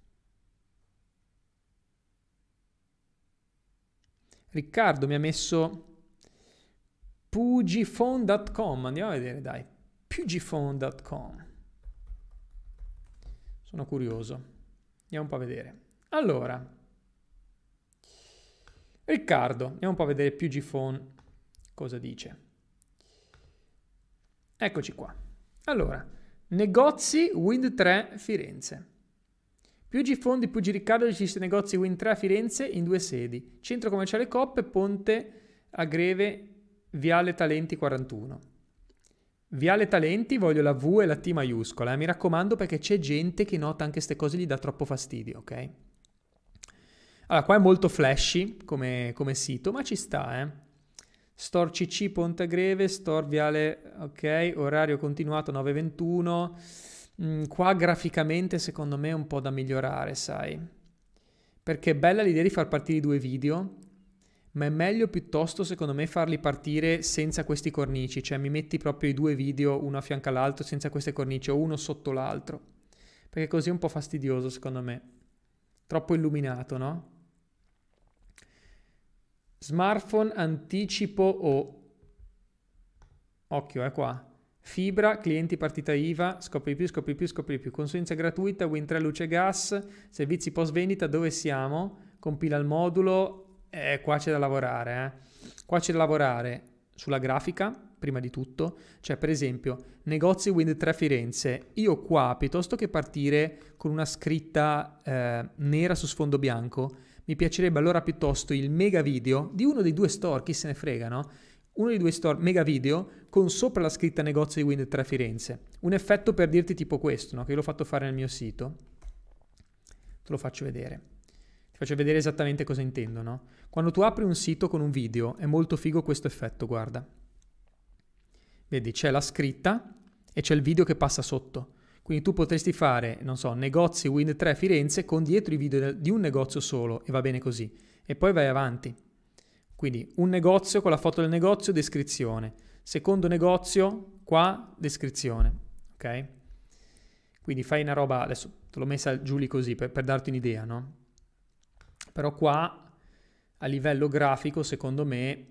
Riccardo mi ha messo pugifone.com, andiamo a vedere, dai. Pugifone.com. Sono curioso. Andiamo un po' a vedere. Allora, Riccardo, andiamo un po' a vedere Pugifone cosa dice. Eccoci qua. Allora, negozi Wind 3 Firenze. Pugifone di Pugi Riccardo gestisce negozi Wind 3 a Firenze in 2 sedi. Centro commerciale Coop e Ponte a Greve, Viale Talenti 41. Viale Talenti, voglio la V e la T maiuscola, mi raccomando, perché c'è gente che nota anche queste cose, gli dà troppo fastidio, ok? Allora, qua è molto flashy come sito, ma ci sta, Store CC Ponte a Greve, Store Viale, ok, orario continuato 9:21. Qua graficamente secondo me è un po' da migliorare, sai? Perché è bella l'idea di far partire 2 video, ma è meglio piuttosto secondo me farli partire senza questi cornici, cioè mi metti proprio i 2 video uno a fianco all'altro senza queste cornici o uno sotto l'altro, perché così è un po' fastidioso secondo me, troppo illuminato, no? Smartphone anticipo o occhio qua, fibra, clienti partita IVA, scopri più, consulenza gratuita, Wind 3 luce e gas, servizi post vendita, dove siamo? Compila il modulo. Qua c'è da lavorare, Qua c'è da lavorare sulla grafica, prima di tutto. Cioè, per esempio, negozi Wind 3 Firenze. Io qua, piuttosto che partire con una scritta nera su sfondo bianco, mi piacerebbe allora piuttosto il mega video di uno dei 2 store, chi se ne frega, no? Uno dei 2 store, mega video, con sopra la scritta negozio di Wind 3 Firenze. Un effetto per dirti tipo questo, no? Che io l'ho fatto fare nel mio sito. Te lo faccio vedere. Ti faccio vedere esattamente cosa intendo, no? Quando tu apri un sito con un video, è molto figo questo effetto, guarda. Vedi, c'è la scritta e c'è il video che passa sotto. Quindi tu potresti fare, non so, negozi Wind 3 Firenze con dietro i video di un negozio solo e va bene così. E poi vai avanti. Quindi un negozio con la foto del negozio, descrizione. Secondo negozio, qua, descrizione. Ok? Quindi fai una roba, adesso te l'ho messa giù lì così per darti un'idea, no? Però qua, a livello grafico, secondo me,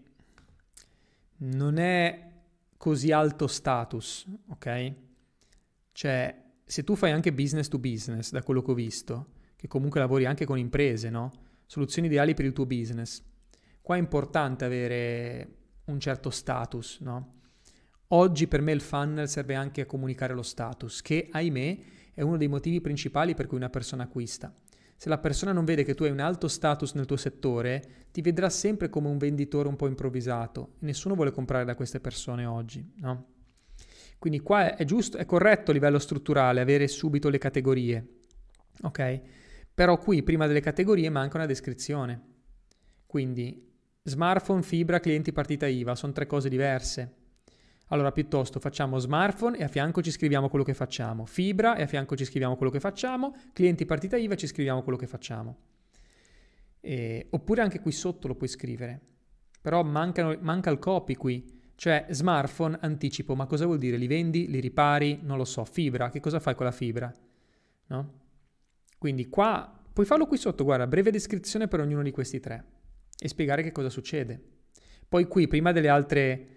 non è così alto status, ok? Cioè, se tu fai anche business to business, da quello che ho visto, che comunque lavori anche con imprese, no? Soluzioni ideali per il tuo business. Qua è importante avere un certo status, no? Oggi per me il funnel serve anche a comunicare lo status, che ahimè è uno dei motivi principali per cui una persona acquista. Se la persona non vede che tu hai un alto status nel tuo settore, ti vedrà sempre come un venditore un po' improvvisato. Nessuno vuole comprare da queste persone oggi, no? Quindi qua è giusto, è corretto a livello strutturale avere subito le categorie, ok? Però qui prima delle categorie manca una descrizione. Quindi smartphone, fibra, clienti partita IVA, sono 3 cose diverse. Allora piuttosto facciamo smartphone e a fianco ci scriviamo quello che facciamo, fibra e a fianco ci scriviamo quello che facciamo, clienti partita IVA e ci scriviamo quello che facciamo. Oppure anche qui sotto lo puoi scrivere, però manca il copy qui, cioè smartphone anticipo, ma cosa vuol dire? Li vendi? Li ripari? Non lo so. Fibra, che cosa fai con la fibra? No? Quindi qua, puoi farlo qui sotto, guarda, breve descrizione per ognuno di questi 3 e spiegare che cosa succede. Poi qui, prima delle altre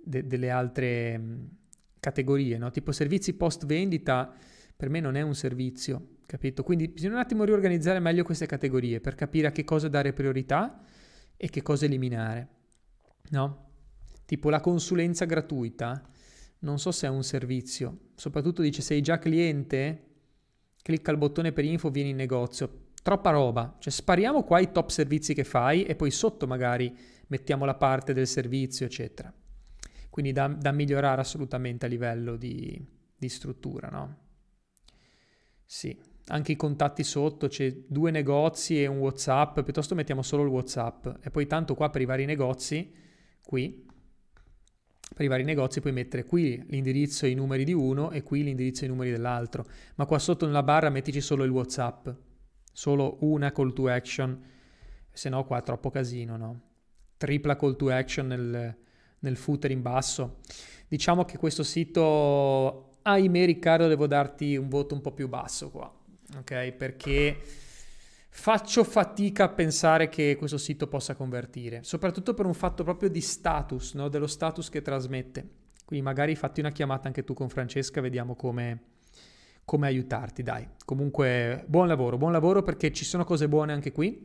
categorie, no? Tipo servizi post vendita, per me non è un servizio, capito? Quindi bisogna un attimo riorganizzare meglio queste categorie per capire a che cosa dare priorità e che cosa eliminare, no? Tipo la consulenza gratuita, non so se è un servizio, soprattutto dice sei già cliente, clicca il bottone per info, vieni in negozio, troppa roba, cioè spariamo qua i top servizi che fai e poi sotto magari mettiamo la parte del servizio, eccetera. Quindi da migliorare assolutamente a livello di struttura, no? Sì, anche i contatti sotto, c'è 2 negozi e un WhatsApp, piuttosto mettiamo solo il WhatsApp e poi tanto qua per i vari negozi, qui, per i vari negozi puoi mettere qui l'indirizzo e i numeri di uno e qui l'indirizzo e i numeri dell'altro, ma qua sotto nella barra mettici solo il WhatsApp, solo una call to action, se no qua è troppo casino, no? Tripla call to action nel footer in basso. Diciamo che questo sito, ahimè Riccardo, devo darti un voto un po' più basso qua, ok? Perché faccio fatica a pensare che questo sito possa convertire, soprattutto per un fatto proprio di status, no? Dello status che trasmette. Quindi magari fatti una chiamata anche tu con Francesca, vediamo come aiutarti, dai. Comunque buon lavoro perché ci sono cose buone anche qui.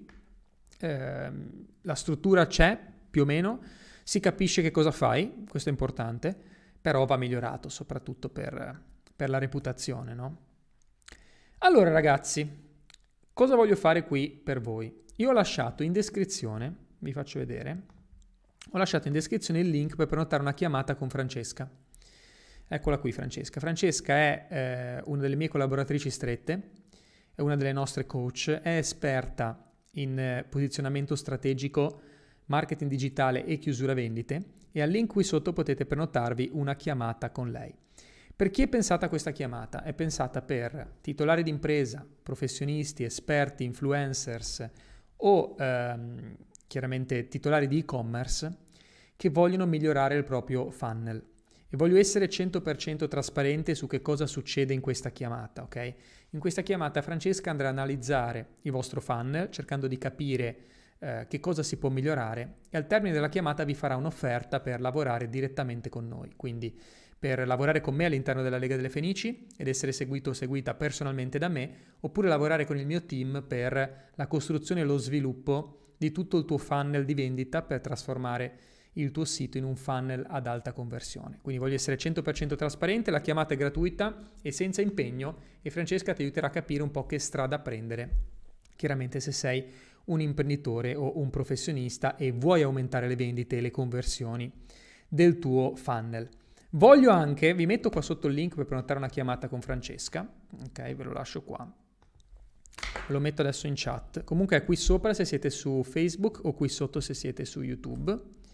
La struttura c'è, più o meno, si capisce che cosa fai, questo è importante, però va migliorato soprattutto per la reputazione, no? Allora ragazzi, cosa voglio fare qui per voi? Io ho lasciato in descrizione, vi faccio vedere, ho lasciato in descrizione il link per prenotare una chiamata con Francesca. Eccola qui Francesca. Francesca è una delle mie collaboratrici strette, è una delle nostre coach, è esperta in posizionamento strategico, marketing digitale e chiusura vendite, e al link qui sotto potete prenotarvi una chiamata con lei. Per chi è pensata questa chiamata? È pensata per titolari d'impresa, professionisti, esperti, influencers o chiaramente titolari di e-commerce che vogliono migliorare il proprio funnel. E voglio essere 100% trasparente su che cosa succede in questa chiamata, ok? In questa chiamata Francesca andrà a analizzare il vostro funnel cercando di capire che cosa si può migliorare, e al termine della chiamata vi farà un'offerta per lavorare direttamente con noi, quindi per lavorare con me all'interno della Lega delle Fenici ed essere seguito o seguita personalmente da me, oppure lavorare con il mio team per la costruzione e lo sviluppo di tutto il tuo funnel di vendita per trasformare il tuo sito in un funnel ad alta conversione. Quindi voglio essere 100% trasparente, la chiamata è gratuita e senza impegno, e Francesca ti aiuterà a capire un po' che strada prendere. Chiaramente se sei un imprenditore o un professionista e vuoi aumentare le vendite e le conversioni del tuo funnel. Voglio anche, vi metto qua sotto il link per prenotare una chiamata con Francesca, ok, ve lo lascio qua. Ve lo metto adesso in chat. Comunque è qui sopra se siete su Facebook o qui sotto se siete su YouTube.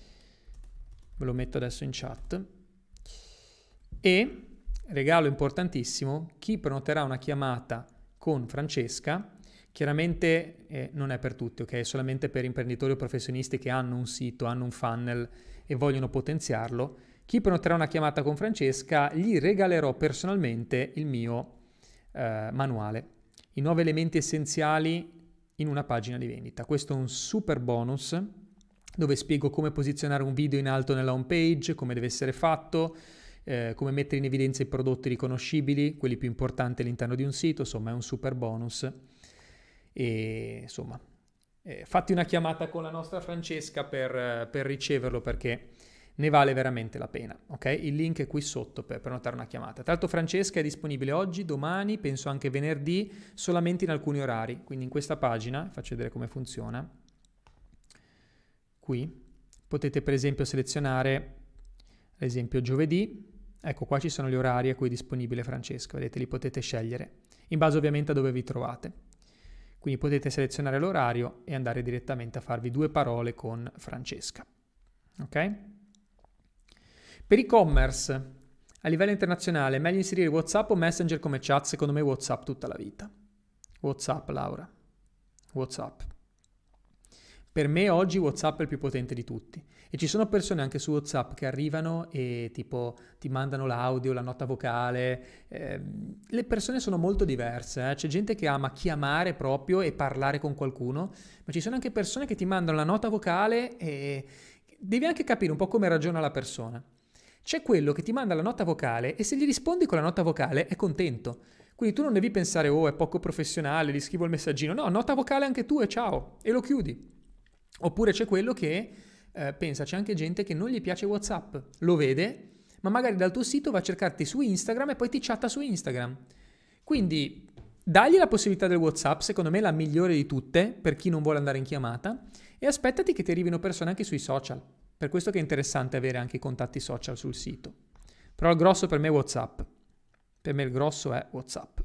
Ve lo metto adesso in chat. E, regalo importantissimo, chi prenoterà una chiamata con Francesca, chiaramente non è per tutti, ok? È solamente per imprenditori o professionisti che hanno un sito, hanno un funnel e vogliono potenziarlo. Chi prenoterà una chiamata con Francesca gli regalerò personalmente il mio manuale, i 9 elementi essenziali in una pagina di vendita. Questo è un super bonus dove spiego come posizionare un video in alto nella home page, come deve essere fatto, come mettere in evidenza i prodotti riconoscibili, quelli più importanti all'interno di un sito. Insomma, è un super bonus. E insomma, fatti una chiamata con la nostra Francesca per riceverlo, perché ne vale veramente la pena, ok? Il link è qui sotto per prenotare una chiamata. Tra l'altro Francesca è disponibile oggi, domani, penso anche venerdì, solamente in alcuni orari. Quindi in questa pagina, faccio vedere come funziona, qui potete per esempio selezionare, ad esempio giovedì, ecco qua ci sono gli orari a cui è disponibile Francesca, vedete, li potete scegliere, in base ovviamente a dove vi trovate. Quindi potete selezionare l'orario e andare direttamente a farvi 2 parole con Francesca, ok? Per e-commerce, a livello internazionale, è meglio inserire WhatsApp o Messenger come chat? Secondo me WhatsApp tutta la vita. WhatsApp, Laura. WhatsApp. Per me oggi WhatsApp è il più potente di tutti. E ci sono persone anche su WhatsApp che arrivano e tipo ti mandano l'audio, la nota vocale. Le persone sono molto diverse. C'è gente che ama chiamare proprio e parlare con qualcuno, ma ci sono anche persone che ti mandano la nota vocale e devi anche capire un po' come ragiona la persona. C'è quello che ti manda la nota vocale e se gli rispondi con la nota vocale è contento. Quindi tu non devi pensare, oh, è poco professionale, gli scrivo il messaggino. No, nota vocale anche tu e ciao, e lo chiudi. Oppure c'è quello che pensa, c'è anche gente che non gli piace WhatsApp, lo vede, ma magari dal tuo sito va a cercarti su Instagram e poi ti chatta su Instagram. Quindi dagli la possibilità del WhatsApp, secondo me la migliore di tutte per chi non vuole andare in chiamata, e aspettati che ti arrivino persone anche sui social. Per questo che è interessante avere anche i contatti social sul sito. Però il grosso per me è WhatsApp. Per me il grosso è WhatsApp.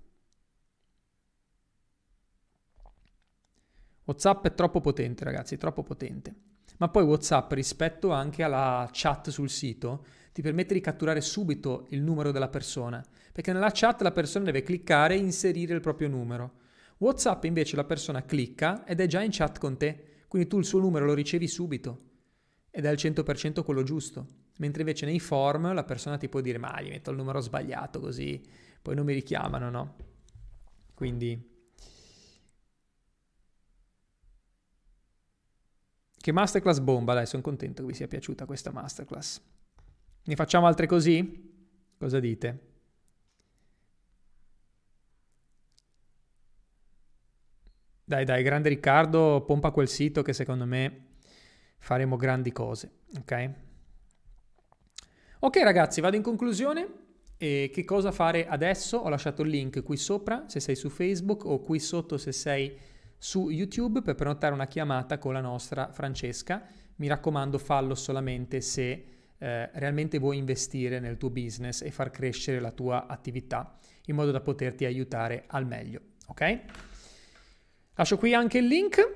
WhatsApp è troppo potente, ragazzi, troppo potente. Ma poi WhatsApp, rispetto anche alla chat sul sito, ti permette di catturare subito il numero della persona, perché nella chat la persona deve cliccare e inserire il proprio numero. WhatsApp invece la persona clicca ed è già in chat con te, quindi tu il suo numero lo ricevi subito ed è al 100% quello giusto. Mentre invece nei form la persona ti può dire ma gli metto il numero sbagliato così poi non mi richiamano, no? Quindi Che masterclass bomba, dai, sono contento che vi sia piaciuta questa masterclass. Ne facciamo altre così? Cosa dite? Dai, grande Riccardo, pompa quel sito che secondo me faremo grandi cose, ok? Ok ragazzi, vado in conclusione. E che cosa fare adesso? Ho lasciato il link qui sopra se sei su Facebook o qui sotto se sei su YouTube per prenotare una chiamata con la nostra Francesca. Mi raccomando, fallo solamente se realmente vuoi investire nel tuo business e far crescere la tua attività in modo da poterti aiutare al meglio, ok? Lascio qui anche il link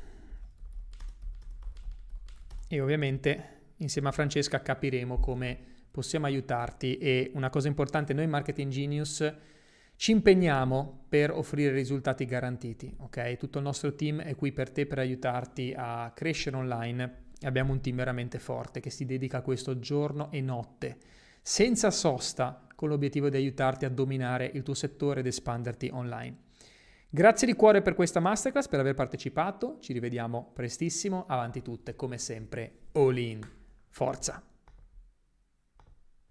e ovviamente insieme a Francesca capiremo come possiamo aiutarti. E una cosa importante, noi Marketing Genius ci impegniamo per offrire risultati garantiti, ok? Tutto il nostro team è qui per te, per aiutarti a crescere online. Abbiamo un team veramente forte che si dedica a questo giorno e notte, senza sosta, con l'obiettivo di aiutarti a dominare il tuo settore ed espanderti online. Grazie di cuore per questa masterclass, per aver partecipato. Ci rivediamo prestissimo. Avanti tutte, come sempre, all in. Forza!